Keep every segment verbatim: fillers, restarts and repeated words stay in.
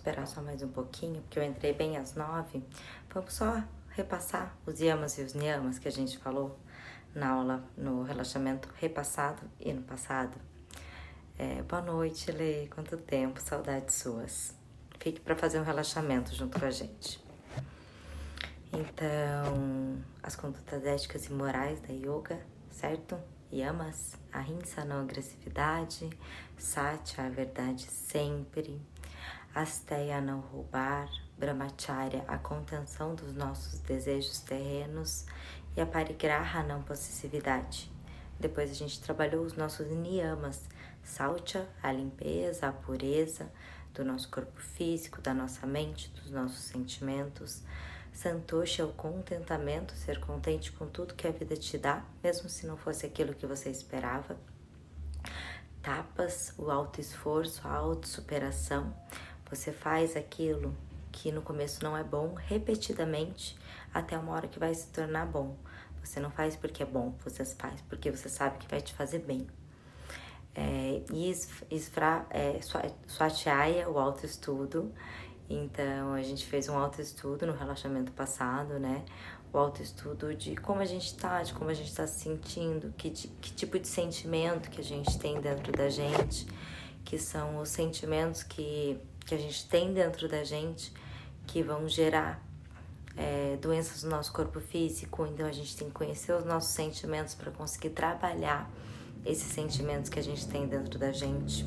esperar só mais um pouquinho, porque eu entrei bem às nove. Vamos só repassar os yamas e os niyamas que a gente falou na aula, no relaxamento repassado e no passado. É, boa noite, Lê. Quanto tempo, saudades suas. Fique para fazer um relaxamento junto com a gente. Então, as condutas éticas e morais da yoga, certo? Yamas, ahimsa, não agressividade, satya, a verdade sempre, asteya, não roubar, brahmacharya, a contenção dos nossos desejos terrenos e a parigraha, não possessividade. Depois a gente trabalhou os nossos niyamas, saucha, a limpeza, a pureza do nosso corpo físico, da nossa mente, dos nossos sentimentos. Santosha, o contentamento, ser contente com tudo que a vida te dá, mesmo se não fosse aquilo que você esperava. Tapas, o auto-esforço, a auto-superação. Você faz aquilo que no começo não é bom, repetidamente, até uma hora que vai se tornar bom. Você não faz porque é bom, você faz porque você sabe que vai te fazer bem. É, Isvra, é, Swathyaya, o autoestudo. Então, a gente fez um autoestudo no relaxamento passado, né? O autoestudo de como a gente tá, de como a gente tá se sentindo, que, que tipo de sentimento que a gente tem dentro da gente, que são os sentimentos que, que a gente tem dentro da gente que vão gerar é, doenças no nosso corpo físico. Então, a gente tem que conhecer os nossos sentimentos para conseguir trabalhar esses sentimentos que a gente tem dentro da gente.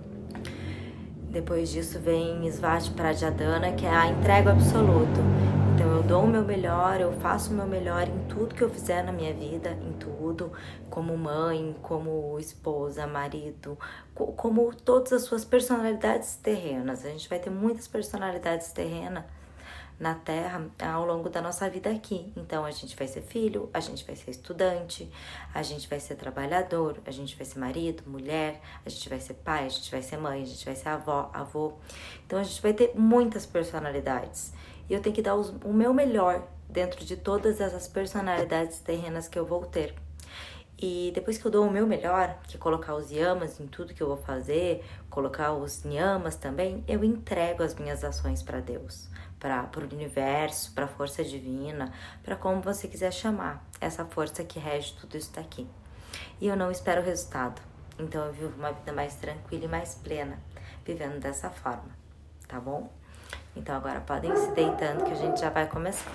Depois disso vem Svati Pradyadhana, que é a entrega absoluta. Então eu dou o meu melhor, eu faço o meu melhor em tudo que eu fizer na minha vida, em tudo, como mãe, como esposa, marido, como todas as suas personalidades terrenas. A gente vai ter muitas personalidades terrenas na Terra ao longo da nossa vida aqui. Então a gente vai ser filho, a gente vai ser estudante, a gente vai ser trabalhador, a gente vai ser marido, mulher, a gente vai ser pai, a gente vai ser mãe, a gente vai ser avó, avô. Então a gente vai ter muitas personalidades. E eu tenho que dar os, o meu melhor dentro de todas essas personalidades terrenas que eu vou ter. E depois que eu dou o meu melhor, que é colocar os yamas em tudo que eu vou fazer, colocar os niyamas também, eu entrego as minhas ações para Deus, para o universo, para a força divina, para como você quiser chamar, essa força que rege tudo isso daqui. E eu não espero o resultado, então eu vivo uma vida mais tranquila e mais plena, vivendo dessa forma, tá bom? Então agora podem ir se deitando que a gente já vai começar.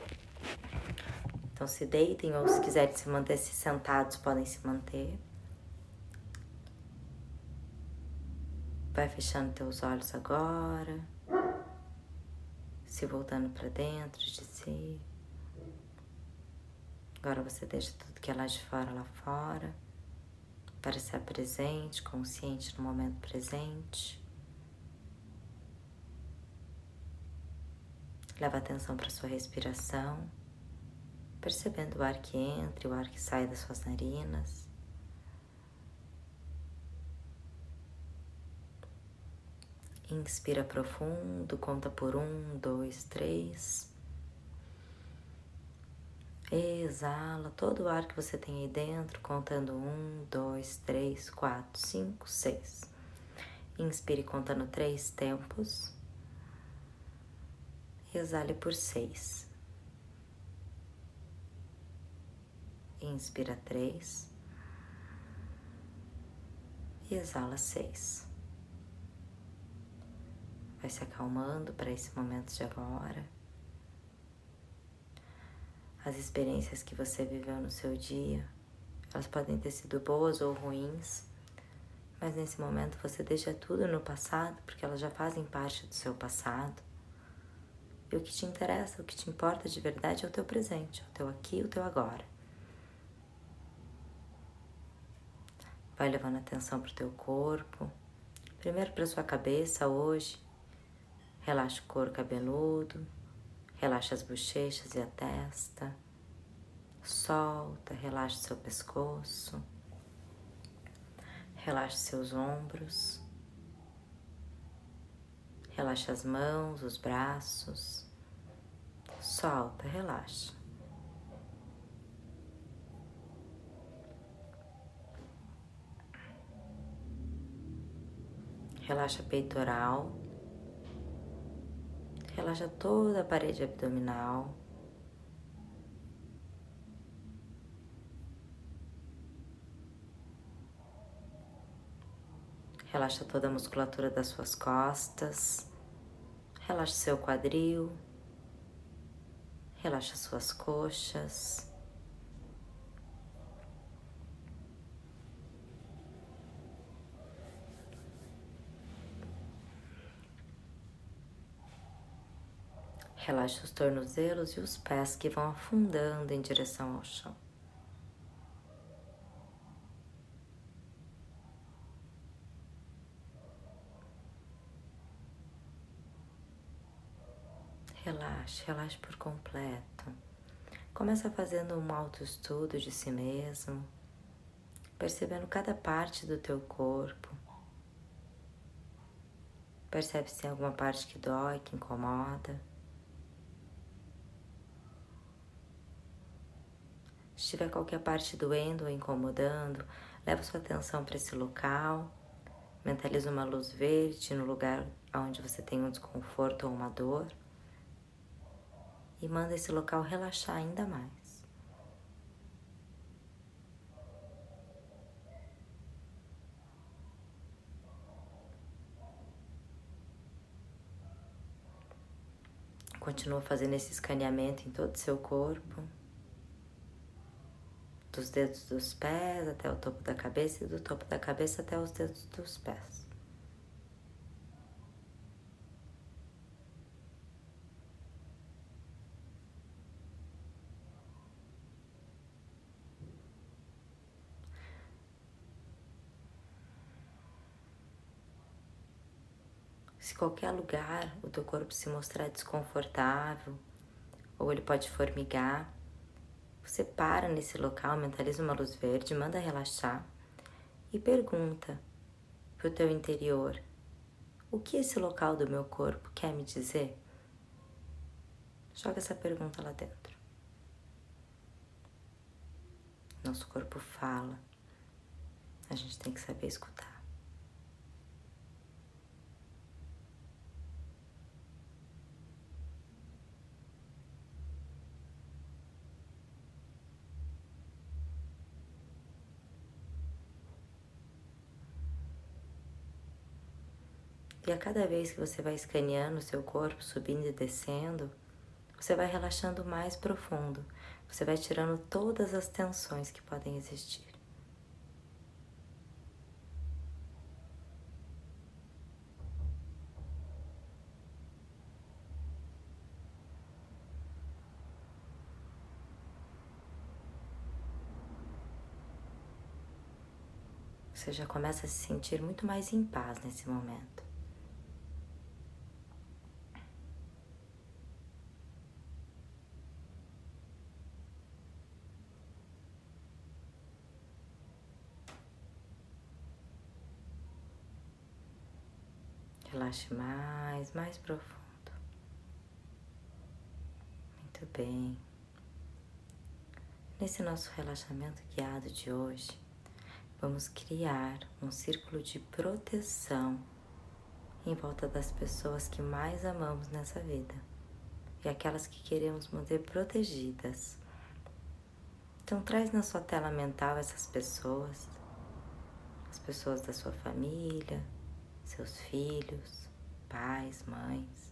Então se deitem ou se quiserem se manter -se sentados, podem se manter. Vai fechando teus olhos agora. Se voltando para dentro de si. Agora você deixa tudo que é lá de fora, lá fora. Para estar presente, consciente no momento presente. Leva atenção para sua respiração. Percebendo o ar que entra e o ar que sai das suas narinas. Inspira profundo, conta por um, dois, três. Exala todo o ar que você tem aí dentro, contando um, dois, três, quatro, cinco, seis. Inspire contando três tempos. Exale por seis. Inspira três e exala seis. Vai se acalmando para esse momento de agora. As experiências que você viveu no seu dia, elas podem ter sido boas ou ruins, mas nesse momento você deixa tudo no passado, porque elas já fazem parte do seu passado. E o que te interessa, o que te importa de verdade é o teu presente, o teu aqui e o teu agora. Vai levando atenção para o teu corpo. Primeiro para sua cabeça hoje. Relaxa o couro cabeludo. Relaxa as bochechas e a testa. Solta, relaxa o seu pescoço. Relaxa seus ombros. Relaxa as mãos, os braços. Solta, relaxa. Relaxa peitoral, Relaxa toda a parede abdominal. Relaxa toda a musculatura das suas costas. Relaxa seu quadril. Relaxa suas coxas. Relaxa os tornozelos e os pés que vão afundando em direção ao chão. Relaxe, relaxe por completo. Começa fazendo um autoestudo de si mesmo, percebendo cada parte do teu corpo. Percebe se tem alguma parte que dói, que incomoda. Se tiver qualquer parte doendo ou incomodando, leva sua atenção para esse local, mentaliza uma luz verde no lugar onde você tem um desconforto ou uma dor e manda esse local relaxar ainda mais. Continua fazendo esse escaneamento em todo o seu corpo. Dos dedos dos pés até o topo da cabeça e do topo da cabeça até os dedos dos pés. Se qualquer lugar o teu corpo se mostrar desconfortável ou ele pode formigar, você para nesse local, mentaliza uma luz verde, manda relaxar e pergunta para o teu interior: o que esse local do meu corpo quer me dizer? Joga essa pergunta lá dentro. Nosso corpo fala, a gente tem que saber escutar. E a cada vez que você vai escaneando o seu corpo, subindo e descendo, você vai relaxando mais profundo. Você vai tirando todas as tensões que podem existir. Você já começa a se sentir muito mais em paz nesse momento. Relaxe mais, mais profundo. Muito bem. Nesse nosso relaxamento guiado de hoje, vamos criar um círculo de proteção em volta das pessoas que mais amamos nessa vida e aquelas que queremos manter protegidas. Então traz na sua tela mental essas pessoas, as pessoas da sua família, seus filhos, pais, mães.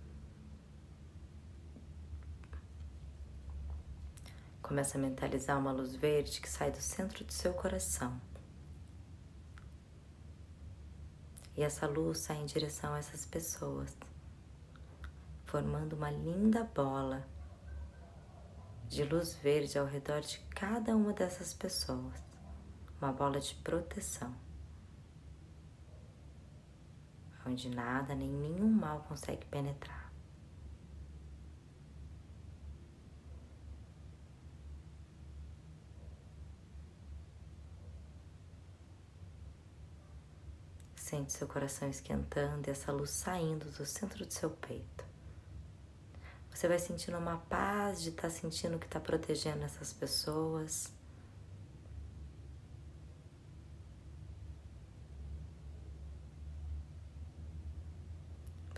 Começa a mentalizar uma luz verde que sai do centro do seu coração. E essa luz sai em direção a essas pessoas, formando uma linda bola de luz verde ao redor de cada uma dessas pessoas. Uma bola de proteção, onde nada nem nenhum mal consegue penetrar. Sente seu coração esquentando e essa luz saindo do centro do seu peito. Você vai sentindo uma paz de estar sentindo que está protegendo essas pessoas.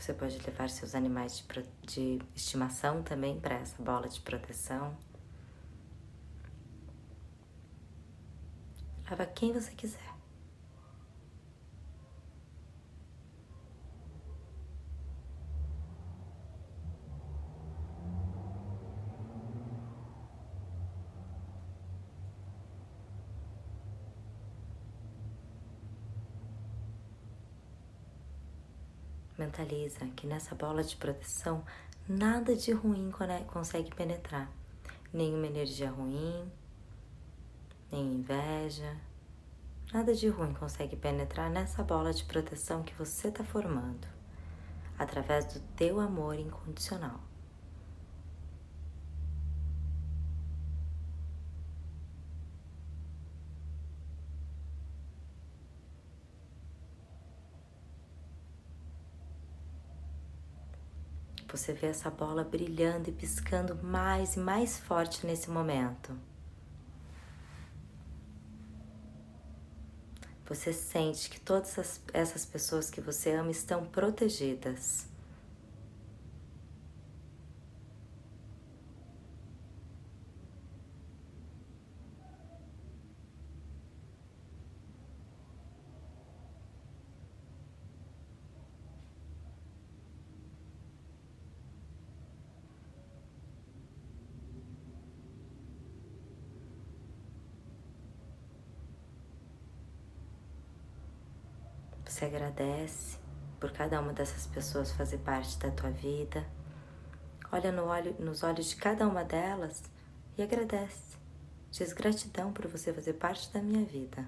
Você pode levar seus animais de, pro... de estimação também para essa bola de proteção. Leva quem você quiser. Mentaliza que nessa bola de proteção nada de ruim consegue penetrar. Nenhuma energia ruim, nem inveja. Nada de ruim consegue penetrar nessa bola de proteção que você está formando, através do teu amor incondicional. Você vê essa bola brilhando e piscando mais e mais forte nesse momento. Você sente que todas as, essas pessoas que você ama estão protegidas. Você agradece por cada uma dessas pessoas fazer parte da tua vida. Olha no olho, nos olhos de cada uma delas e agradece. Diz gratidão por você fazer parte da minha vida.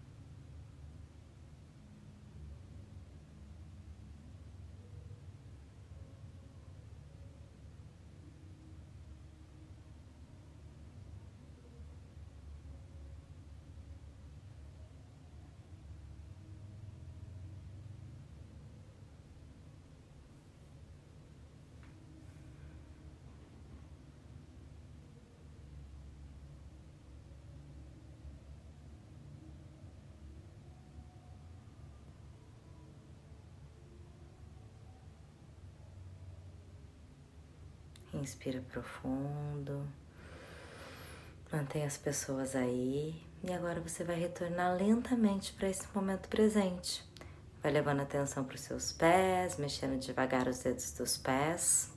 Inspira profundo, mantém as pessoas aí e agora você vai retornar lentamente para esse momento presente. Vai levando atenção para os seus pés, mexendo devagar os dedos dos pés.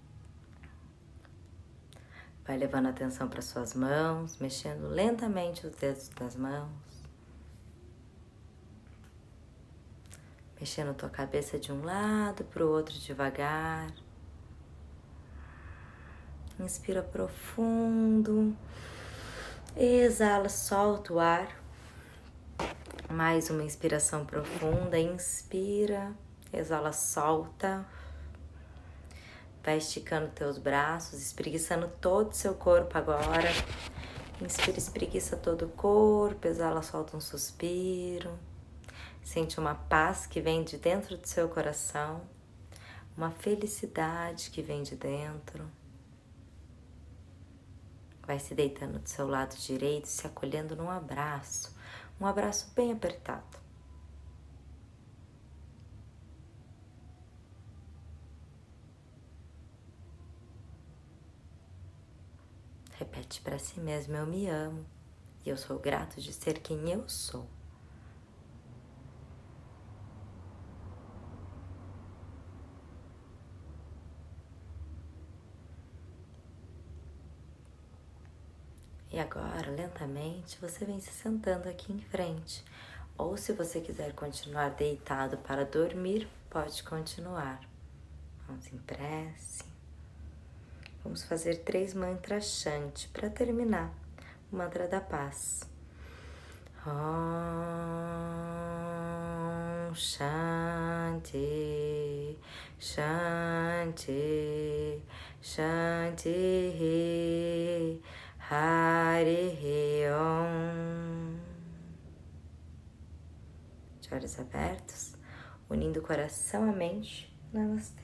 Vai levando atenção para suas mãos, mexendo lentamente os dedos das mãos. Mexendo tua cabeça de um lado para o outro devagar. Inspira profundo, exala, solta o ar. Mais uma inspiração profunda, inspira, exala, solta. Vai esticando teus braços, espreguiçando todo o seu corpo agora. Inspira, espreguiça todo o corpo, exala, solta um suspiro. Sente uma paz que vem de dentro do seu coração, uma felicidade que vem de dentro. Vai se deitando do seu lado direito, se acolhendo num abraço, um abraço bem apertado. Repete para si mesmo: eu me amo e eu sou grato de ser quem eu sou. E agora, lentamente, você vem se sentando aqui em frente. Ou se você quiser continuar deitado para dormir, pode continuar. Vamos em prece. Vamos fazer três mantras Shanti para terminar. O mantra da paz. Om Shanti, Shanti, Shanti. Hare Om. De olhos abertos, unindo o coração à mente. Namastê.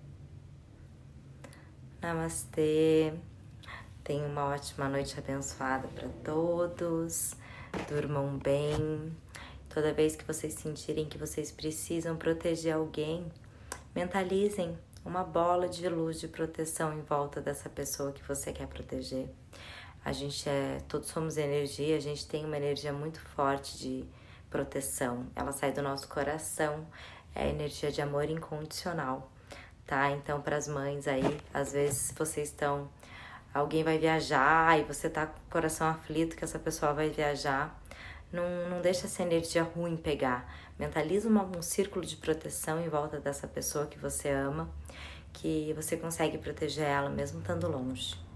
Namastê. Tenha uma ótima noite abençoada para todos. Durmam bem. Toda vez que vocês sentirem que vocês precisam proteger alguém, Mentalizem uma bola de luz de proteção em volta dessa pessoa que você quer proteger. A gente é, todos somos energia, a gente tem uma energia muito forte de proteção. Ela sai do nosso coração, é a energia de amor incondicional, tá? Então, para as mães aí, às vezes vocês estão, alguém vai viajar e você tá com o coração aflito que essa pessoa vai viajar. Não, não deixa essa energia ruim pegar. Mentaliza uma, um círculo de proteção em volta dessa pessoa que você ama, que você consegue proteger ela mesmo estando longe.